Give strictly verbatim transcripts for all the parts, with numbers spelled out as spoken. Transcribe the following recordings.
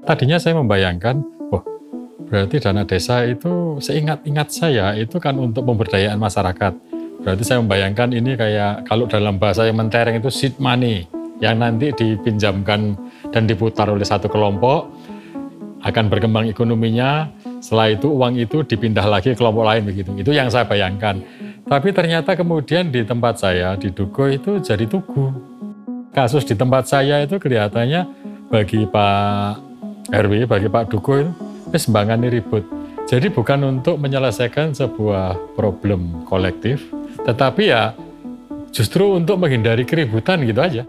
Tadinya saya membayangkan, oh berarti dana desa itu seingat-ingat saya itu kan untuk pemberdayaan masyarakat. Berarti saya membayangkan ini kayak kalau dalam bahasa yang mentereng itu seed money yang nanti dipinjamkan dan diputar oleh satu kelompok, akan berkembang ekonominya, setelah itu uang itu dipindah lagi ke kelompok lain begitu. Itu yang saya bayangkan. Tapi ternyata kemudian di tempat saya, di Dugo itu jadi tugu. Kasus di tempat saya itu kelihatannya bagi Pak R W, bagi Pak Dugo itu, wis mbangani ribut. Jadi bukan untuk menyelesaikan sebuah problem kolektif, tetapi ya justru untuk menghindari keributan gitu aja.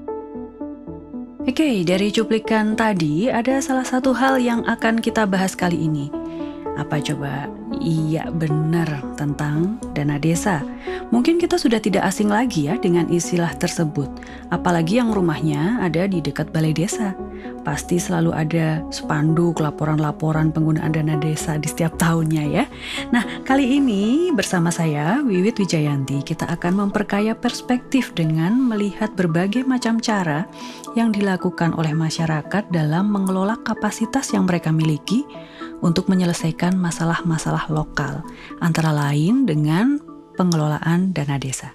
Oke, dari cuplikan tadi ada salah satu hal yang akan kita bahas kali ini. Apa coba? Iya benar, tentang dana desa. Mungkin kita sudah tidak asing lagi ya dengan istilah tersebut. Apalagi yang rumahnya ada di dekat balai desa. Pasti selalu ada spanduk laporan-laporan penggunaan dana desa di setiap tahunnya ya. Nah, kali ini bersama saya Wiwit Wijayanti kita akan memperkaya perspektif dengan melihat berbagai macam cara yang dilakukan oleh masyarakat dalam mengelola kapasitas yang mereka miliki untuk menyelesaikan masalah-masalah lokal, antara lain dengan pengelolaan dana desa.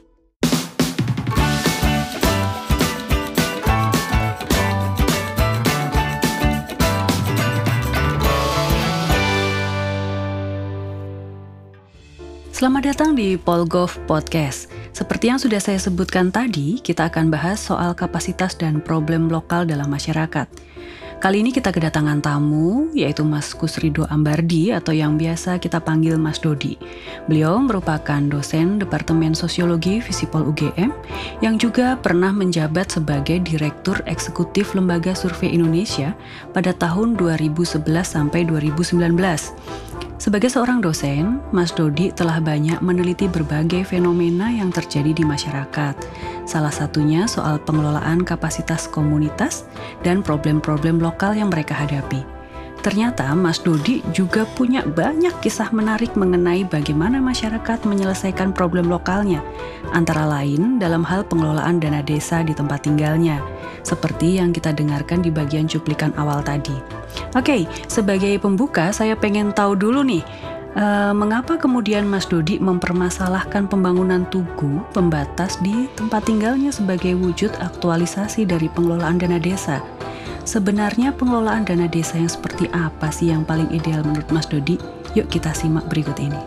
Selamat datang di Polgov Podcast. Seperti yang sudah saya sebutkan tadi, kita akan bahas soal kapasitas dan problem lokal dalam masyarakat. Kali ini kita kedatangan tamu, yaitu Mas Kusrido Ambardi atau yang biasa kita panggil Mas Dodi. Beliau merupakan dosen Departemen Sosiologi Visipol U G M yang juga pernah menjabat sebagai Direktur Eksekutif Lembaga Survei Indonesia pada tahun dua ribu sebelas sampai dua ribu sembilan belas. Sebagai seorang dosen, Mas Dodi telah banyak meneliti berbagai fenomena yang terjadi di masyarakat. Salah satunya soal pengelolaan kapasitas komunitas dan problem-problem lokal yang mereka hadapi. Ternyata Mas Dodi juga punya banyak kisah menarik mengenai bagaimana masyarakat menyelesaikan problem lokalnya, antara lain dalam hal pengelolaan dana desa di tempat tinggalnya, seperti yang kita dengarkan di bagian cuplikan awal tadi. Oke, sebagai pembuka saya pengen tahu dulu nih, uh, mengapa kemudian Mas Dodi mempermasalahkan pembangunan tugu pembatas di tempat tinggalnya sebagai wujud aktualisasi dari pengelolaan dana desa? Sebenarnya pengelolaan dana desa yang seperti apa sih yang paling ideal menurut Mas Dodi? Yuk kita simak berikut ini.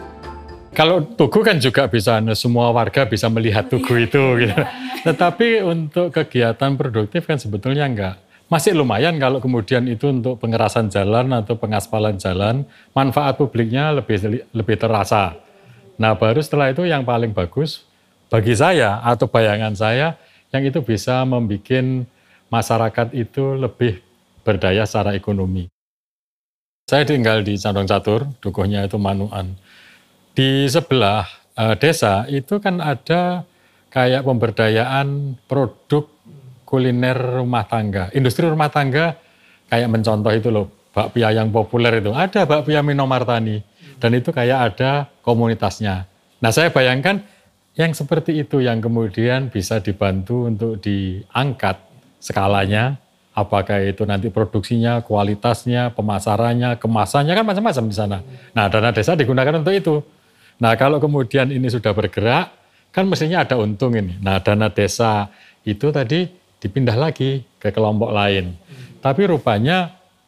Kalau tugu kan juga bisa, semua warga bisa melihat tugu itu. Gitu. Tetapi untuk kegiatan produktif kan sebetulnya enggak. Masih lumayan kalau kemudian itu untuk pengerasan jalan atau pengaspalan jalan, manfaat publiknya lebih lebih terasa. Nah baru setelah itu yang paling bagus bagi saya atau bayangan saya, yang itu bisa membuat masyarakat itu lebih berdaya secara ekonomi. Saya tinggal di Condong Catur, dukuhnya itu Manuan. Di sebelah e, desa itu kan ada kayak pemberdayaan produk kuliner rumah tangga. Industri rumah tangga kayak mencontoh itu loh, bakpia yang populer itu. Ada bakpia Minomartani dan itu kayak ada komunitasnya. Nah saya bayangkan yang seperti itu yang kemudian bisa dibantu untuk diangkat skalanya, apakah itu nanti produksinya, kualitasnya, pemasarannya, kemasannya kan macam-macam di sana. Nah dana desa digunakan untuk itu. Nah kalau kemudian ini sudah bergerak, kan mestinya ada untung ini. Nah dana desa itu tadi dipindah lagi ke kelompok lain. Tapi rupanya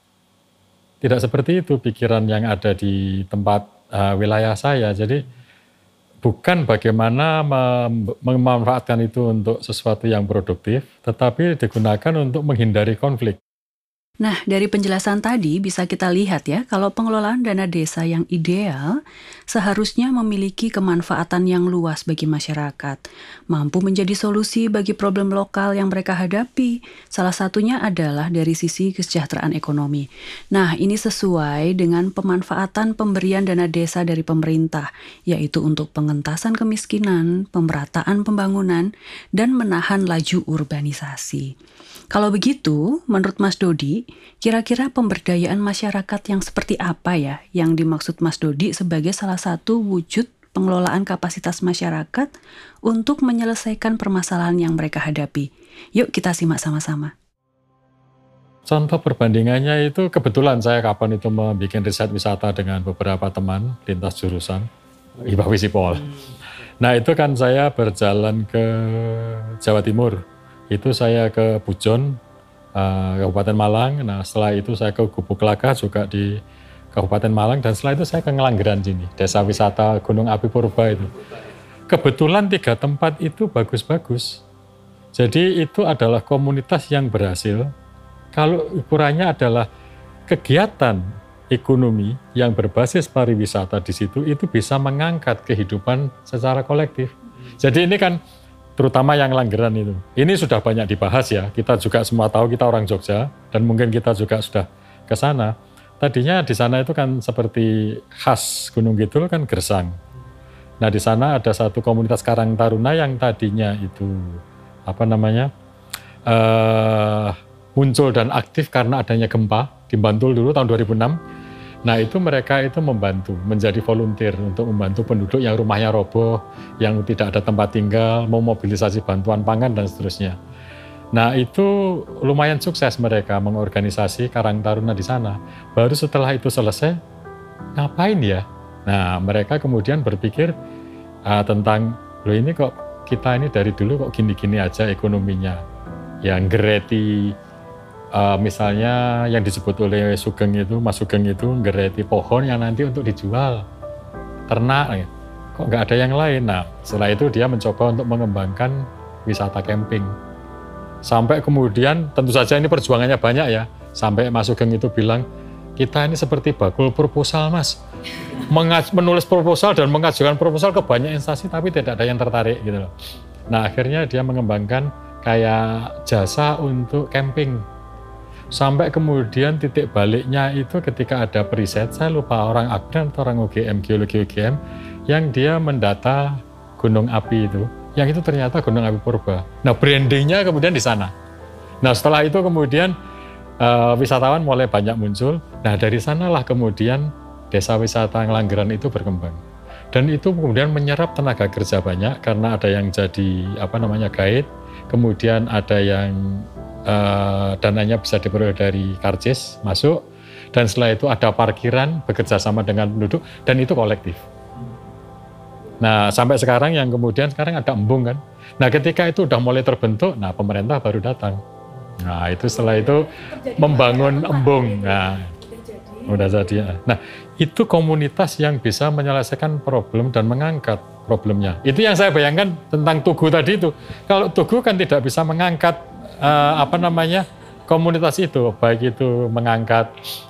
tidak seperti itu pikiran yang ada di tempat uh, wilayah saya. Jadi bukan bagaimana mem- memanfaatkan itu untuk sesuatu yang produktif, tetapi digunakan untuk menghindari konflik. Nah, dari penjelasan tadi bisa kita lihat ya, kalau pengelolaan dana desa yang ideal seharusnya memiliki kemanfaatan yang luas bagi masyarakat, mampu menjadi solusi bagi problem lokal yang mereka hadapi. Salah satunya adalah dari sisi kesejahteraan ekonomi. Nah, ini sesuai dengan pemanfaatan pemberian dana desa dari pemerintah, yaitu untuk pengentasan kemiskinan, pemerataan pembangunan, dan menahan laju urbanisasi. Kalau begitu, menurut Mas Dodi, kira-kira pemberdayaan masyarakat yang seperti apa ya yang dimaksud Mas Dodi sebagai salah satu wujud pengelolaan kapasitas masyarakat untuk menyelesaikan permasalahan yang mereka hadapi? Yuk kita simak sama-sama. Contoh perbandingannya itu kebetulan saya kapan itu membuat riset wisata dengan beberapa teman lintas jurusan I P A Visipol. Nah itu kan saya berjalan ke Jawa Timur, itu saya ke Pujon, uh, Kabupaten Malang. Nah setelah itu saya ke Gubuk Laka juga di Kabupaten Malang, dan setelah itu saya ke Ngelanggeran sini, desa wisata Gunung Api Purba itu. Kebetulan tiga tempat itu bagus-bagus. Jadi itu adalah komunitas yang berhasil. Kalau ukurannya adalah kegiatan ekonomi yang berbasis pariwisata di situ, itu bisa mengangkat kehidupan secara kolektif. Jadi ini kan terutama yang Langgeran itu. Ini sudah banyak dibahas ya. Kita juga semua tahu, kita orang Jogja dan mungkin kita juga sudah ke sana. Tadinya di sana itu kan seperti khas Gunung Kidul kan gersang. Nah di sana ada satu komunitas Karang Taruna yang tadinya itu apa namanya uh, muncul dan aktif karena adanya gempa di Bantul dulu tahun dua ribu enam. Nah itu mereka itu membantu, menjadi volunteer untuk membantu penduduk yang rumahnya roboh, yang tidak ada tempat tinggal, memobilisasi bantuan pangan dan seterusnya. Nah itu lumayan sukses mereka mengorganisasi Karang Taruna di sana. Baru setelah itu selesai, ngapain ya? Nah mereka kemudian berpikir uh, tentang, loh ini kok kita ini dari dulu kok gini-gini aja ekonominya. Yang gereti, Uh, misalnya yang disebut oleh Sugeng itu, Mas Sugeng itu ngereti pohon yang nanti untuk dijual, ternak, ya. Kok nggak ada yang lain. Nah setelah itu dia mencoba untuk mengembangkan wisata camping. Sampai kemudian tentu saja ini perjuangannya banyak ya, sampai Mas Sugeng itu bilang, kita ini seperti bakul proposal mas, Mengaj- menulis proposal dan mengajukan proposal ke banyak instansi tapi tidak ada yang tertarik gitu loh. Nah akhirnya dia mengembangkan kayak jasa untuk camping. Sampai kemudian titik baliknya itu ketika ada periset, saya lupa orang Agdan atau orang U G M, geologi U G M, yang dia mendata gunung api itu, yang itu ternyata gunung api purba. Nah brandingnya kemudian di sana. Nah setelah itu kemudian uh, wisatawan mulai banyak muncul. Nah dari sanalah kemudian desa wisata Ngelanggeran itu berkembang. Dan itu kemudian menyerap tenaga kerja banyak karena ada yang jadi apa namanya guide, kemudian ada yang Uh, dananya bisa diperoleh dari karcis masuk, dan setelah itu ada parkiran bekerja sama dengan penduduk dan itu kolektif. Nah sampai sekarang yang kemudian sekarang ada embung kan. Nah ketika itu udah mulai terbentuk, nah pemerintah baru datang. Nah itu setelah itu membangun embung. Nah udah jadi. Nah itu komunitas yang bisa menyelesaikan problem dan mengangkat problemnya. Itu yang saya bayangkan tentang Tugu tadi itu. Kalau Tugu kan tidak bisa mengangkat Uh, apa namanya komunitas itu, baik itu mengangkat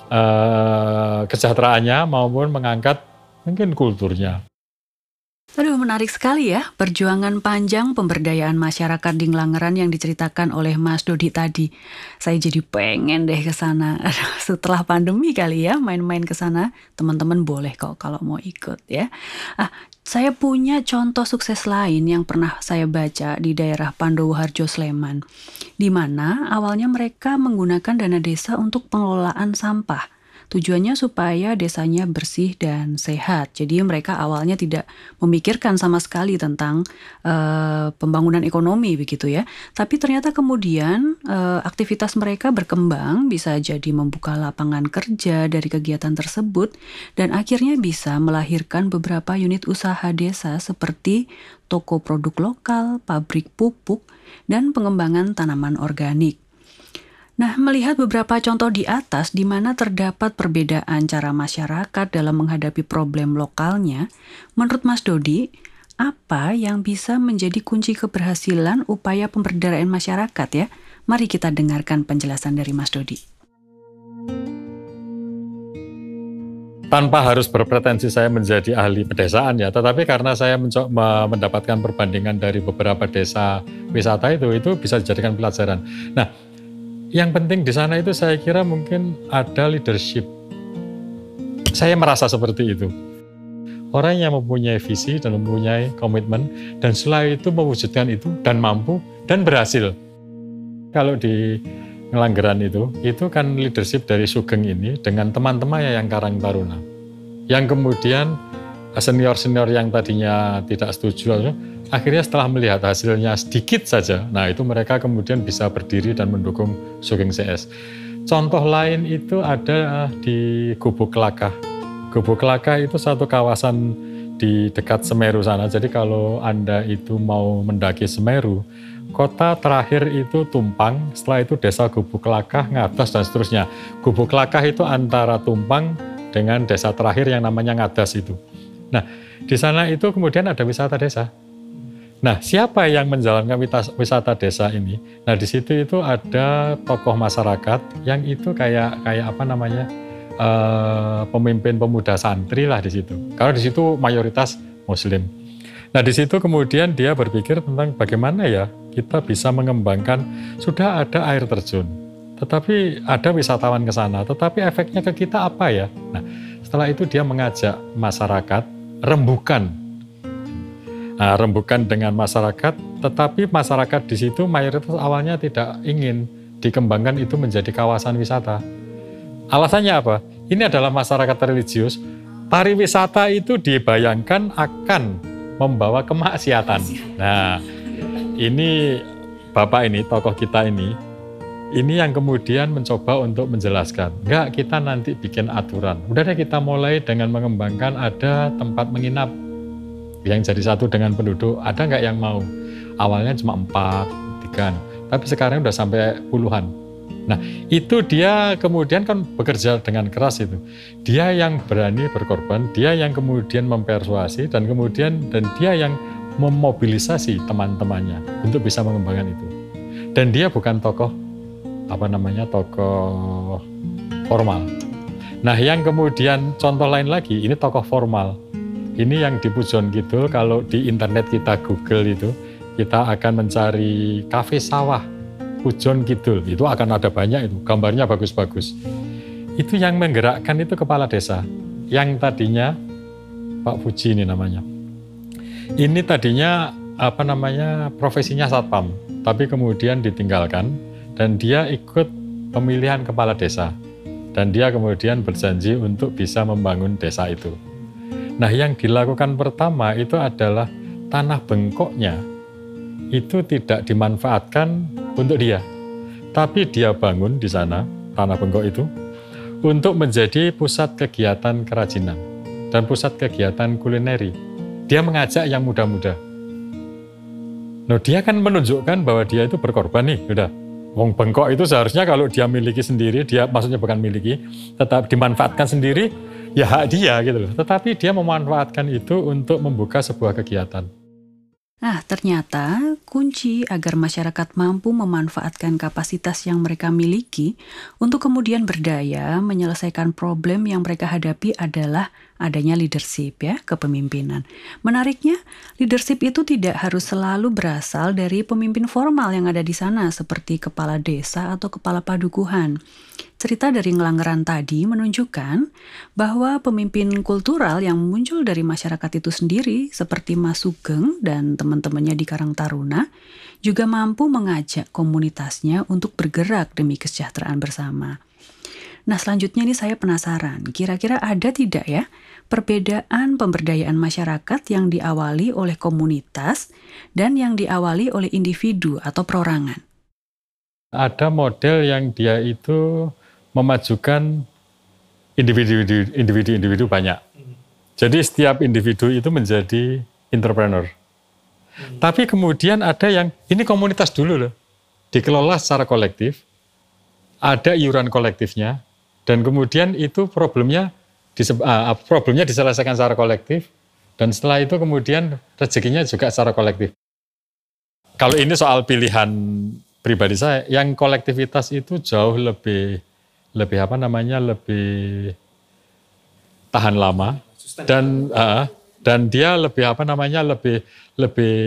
uh, kesejahteraannya maupun mengangkat mungkin kulturnya. Aduh, menarik sekali ya perjuangan panjang pemberdayaan masyarakat di Ngelanggeran yang diceritakan oleh Mas Dodi tadi. Saya jadi pengen deh ke sana. Setelah pandemi kali ya main-main ke sana. Teman-teman boleh kok kalau mau ikut ya. Ah, saya punya contoh sukses lain yang pernah saya baca di daerah Pandowoharjo Sleman, di mana awalnya mereka menggunakan dana desa untuk pengelolaan sampah. Tujuannya supaya desanya bersih dan sehat. Jadi mereka awalnya tidak memikirkan sama sekali tentang uh, pembangunan ekonomi begitu ya. Tapi ternyata kemudian uh, aktivitas mereka berkembang, bisa jadi membuka lapangan kerja dari kegiatan tersebut, dan akhirnya bisa melahirkan beberapa unit usaha desa seperti toko produk lokal, pabrik pupuk, dan pengembangan tanaman organik. Nah, melihat beberapa contoh di atas di mana terdapat perbedaan cara masyarakat dalam menghadapi problem lokalnya, menurut Mas Dodi, apa yang bisa menjadi kunci keberhasilan upaya pemberdayaan masyarakat ya? Mari kita dengarkan penjelasan dari Mas Dodi. Tanpa harus berpretensi saya menjadi ahli pedesaan ya, tetapi karena saya mencoba mendapatkan perbandingan dari beberapa desa wisata itu, itu bisa dijadikan pelajaran. Nah, yang penting di sana itu saya kira mungkin ada leadership. Saya merasa seperti itu. Orang yang mempunyai visi dan mempunyai komitmen, dan setelah itu mewujudkan itu dan mampu dan berhasil. Kalau di Ngelanggeran itu, itu kan leadership dari Sugeng ini dengan teman-temannya yang Karang Taruna. Yang kemudian senior-senior yang tadinya tidak setuju, akhirnya setelah melihat hasilnya sedikit saja, nah itu mereka kemudian bisa berdiri dan mendukung Sugeng C S. contoh lain itu ada di Gubuk Klakah. Gubuk Klakah itu satu kawasan di dekat Semeru sana. Jadi kalau Anda itu mau mendaki Semeru, kota terakhir itu Tumpang, setelah itu desa Gubuk Klakah, Ngadas, dan seterusnya. Gubuk Klakah itu antara Tumpang dengan desa terakhir yang namanya Ngadas itu. Nah, di sana itu kemudian ada wisata desa. Nah, siapa yang menjalankan wisata desa ini? Nah, di situ itu ada tokoh masyarakat yang itu kayak kayak apa namanya? Uh, pemimpin pemuda santri lah di situ. Karena di situ mayoritas Muslim. Nah, di situ kemudian dia berpikir tentang bagaimana ya kita bisa mengembangkan, sudah ada air terjun, tetapi ada wisatawan ke sana, tetapi efeknya ke kita apa ya? Nah, setelah itu dia mengajak masyarakat rembukan. Nah, rembukan dengan masyarakat, tetapi masyarakat di situ mayoritas awalnya tidak ingin dikembangkan itu menjadi kawasan wisata. Alasannya apa? Ini adalah masyarakat religius. Pariwisata itu dibayangkan akan membawa kemaksiatan. Nah, ini Bapak ini, tokoh kita ini, ini yang kemudian mencoba untuk menjelaskan. Enggak, kita nanti bikin aturan. Udah deh kita mulai dengan mengembangkan ada tempat menginap yang jadi satu dengan penduduk. Ada nggak yang mau? Awalnya cuma empat, tiga, tapi sekarang udah sampai puluhan. Nah, itu dia kemudian kan bekerja dengan keras itu. Dia yang berani berkorban, dia yang kemudian mempersuasi, dan kemudian dan dia yang memobilisasi teman-temannya untuk bisa mengembangkan itu. Dan dia bukan tokoh, apa namanya, tokoh formal. Nah, yang kemudian contoh lain lagi, ini tokoh formal. Ini yang di Pujon Kidul, kalau di internet kita Google itu, kita akan mencari kafe sawah Pujon Kidul, itu akan ada banyak itu, gambarnya bagus-bagus. Itu yang menggerakkan itu kepala desa, yang tadinya Pak Puji ini namanya. Ini tadinya apa namanya profesinya satpam, tapi kemudian ditinggalkan dan dia ikut pemilihan kepala desa. Dan dia kemudian berjanji untuk bisa membangun desa itu. Nah, yang dilakukan pertama itu adalah tanah bengkoknya itu tidak dimanfaatkan untuk dia. Tapi dia bangun di sana, tanah bengkok itu, untuk menjadi pusat kegiatan kerajinan dan pusat kegiatan kulineri. Dia mengajak yang muda-muda. Nah, dia kan menunjukkan bahwa dia itu berkorban nih, udah. Wong bengkok itu seharusnya kalau dia miliki sendiri, dia maksudnya bukan miliki, tetap dimanfaatkan sendiri, ya hak dia gitu loh. Tetapi dia memanfaatkan itu untuk membuka sebuah kegiatan. Nah, ternyata kunci agar masyarakat mampu memanfaatkan kapasitas yang mereka miliki untuk kemudian berdaya menyelesaikan problem yang mereka hadapi adalah adanya leadership, ya, kepemimpinan. Menariknya, leadership itu tidak harus selalu berasal dari pemimpin formal yang ada di sana seperti kepala desa atau kepala padukuhan. Cerita dari Ngelanggeran tadi menunjukkan bahwa pemimpin kultural yang muncul dari masyarakat itu sendiri seperti Mas Sugeng dan teman-temannya di Karang Taruna juga mampu mengajak komunitasnya untuk bergerak demi kesejahteraan bersama. Nah, selanjutnya nih saya penasaran, kira-kira ada tidak ya perbedaan pemberdayaan masyarakat yang diawali oleh komunitas dan yang diawali oleh individu atau perorangan? Ada model yang dia itu memajukan individu-individu banyak. Jadi setiap individu itu menjadi entrepreneur. Hmm. Tapi kemudian ada yang, ini komunitas dulu loh, dikelola secara kolektif, ada iuran kolektifnya, dan kemudian itu problemnya, uh, problemnya diselesaikan secara kolektif, dan setelah itu kemudian rezekinya juga secara kolektif. Kalau ini soal pilihan pribadi saya, yang kolektivitas itu jauh lebih lebih apa namanya lebih tahan lama dan uh, dan dia lebih apa namanya lebih lebih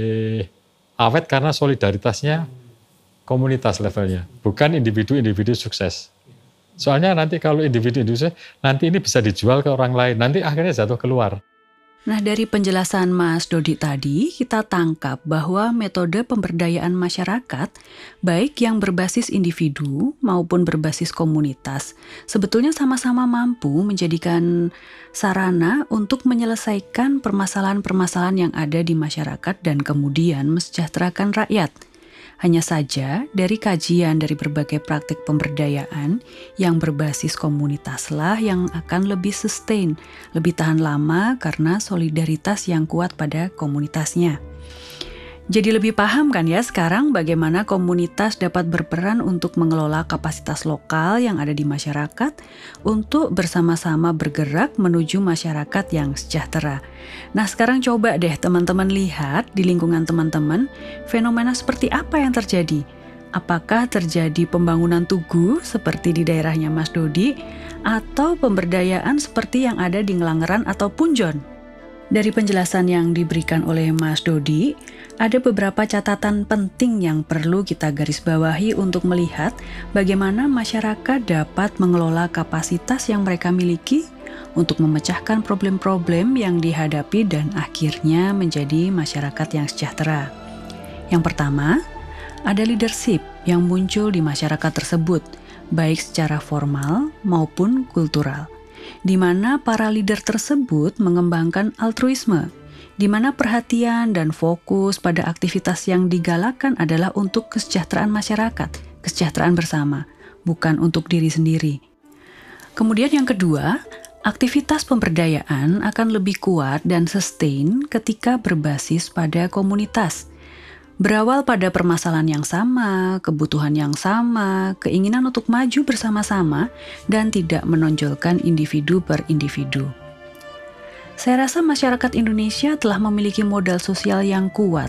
awet karena solidaritasnya komunitas levelnya, bukan individu-individu sukses. Soalnya nanti kalau individu-individu sukses, nanti ini bisa dijual ke orang lain, nanti akhirnya jatuh keluar. Nah, dari penjelasan Mas Dodi tadi, kita tangkap bahwa metode pemberdayaan masyarakat, baik yang berbasis individu maupun berbasis komunitas, sebetulnya sama-sama mampu menjadikan sarana untuk menyelesaikan permasalahan-permasalahan yang ada di masyarakat dan kemudian mesejahterakan rakyat. Hanya saja dari kajian dari berbagai praktik pemberdayaan yang berbasis komunitaslah yang akan lebih sustain, lebih tahan lama karena solidaritas yang kuat pada komunitasnya. Jadi lebih paham kan ya sekarang bagaimana komunitas dapat berperan untuk mengelola kapasitas lokal yang ada di masyarakat untuk bersama-sama bergerak menuju masyarakat yang sejahtera. Nah sekarang coba deh teman-teman lihat di lingkungan teman-teman fenomena seperti apa yang terjadi. Apakah terjadi pembangunan tugu seperti di daerahnya Mas Dodi atau pemberdayaan seperti yang ada di Ngelanggeran atau Punjon? Dari penjelasan yang diberikan oleh Mas Dodi, ada beberapa catatan penting yang perlu kita garis bawahi untuk melihat bagaimana masyarakat dapat mengelola kapasitas yang mereka miliki untuk memecahkan problem-problem yang dihadapi dan akhirnya menjadi masyarakat yang sejahtera. Yang pertama, ada leadership yang muncul di masyarakat tersebut, baik secara formal maupun kultural, di mana para leader tersebut mengembangkan altruisme, di mana perhatian dan fokus pada aktivitas yang digalakan adalah untuk kesejahteraan masyarakat, kesejahteraan bersama, bukan untuk diri sendiri. Kemudian yang kedua, aktivitas pemberdayaan akan lebih kuat dan sustain ketika berbasis pada komunitas. Berawal pada permasalahan yang sama, kebutuhan yang sama, keinginan untuk maju bersama-sama, dan tidak menonjolkan individu per individu. Saya rasa masyarakat Indonesia telah memiliki modal sosial yang kuat.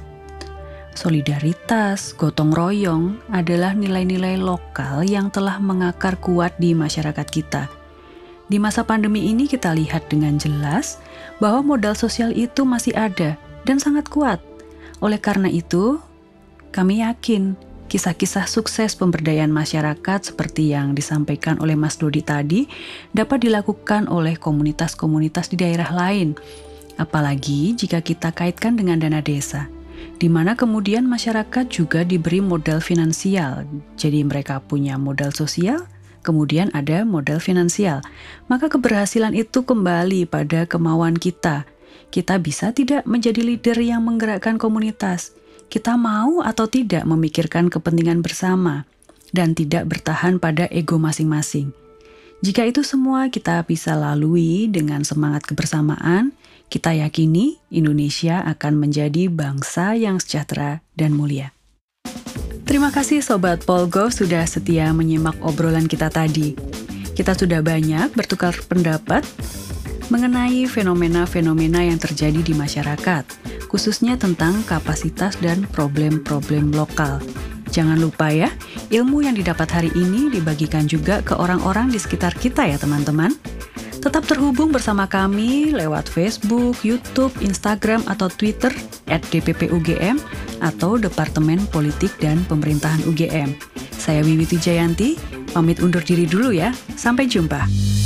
Solidaritas, gotong royong adalah nilai-nilai lokal yang telah mengakar kuat di masyarakat kita. Di masa pandemi ini kita lihat dengan jelas bahwa modal sosial itu masih ada dan sangat kuat. Oleh karena itu, kami yakin kisah-kisah sukses pemberdayaan masyarakat seperti yang disampaikan oleh Mas Dodi tadi dapat dilakukan oleh komunitas-komunitas di daerah lain. Apalagi jika kita kaitkan dengan dana desa, di mana kemudian masyarakat juga diberi modal finansial. Jadi mereka punya modal sosial, kemudian ada modal finansial. Maka keberhasilan itu kembali pada kemauan kita. Kita bisa tidak menjadi leader yang menggerakkan komunitas. Kita mau atau tidak memikirkan kepentingan bersama dan tidak bertahan pada ego masing-masing. Jika itu semua kita bisa lalui dengan semangat kebersamaan, kita yakini Indonesia akan menjadi bangsa yang sejahtera dan mulia. Terima kasih Sobat Polgov sudah setia menyimak obrolan kita tadi. Kita sudah banyak bertukar pendapat mengenai fenomena-fenomena yang terjadi di masyarakat, khususnya tentang kapasitas dan problem-problem lokal. Jangan lupa ya, ilmu yang didapat hari ini dibagikan juga ke orang-orang di sekitar kita ya teman-teman. Tetap terhubung bersama kami lewat Facebook, YouTube, Instagram, atau Twitter at D P P U G M atau Departemen Politik dan Pemerintahan U G M. Saya Wiwiti Jayanti, pamit undur diri dulu ya. Sampai jumpa.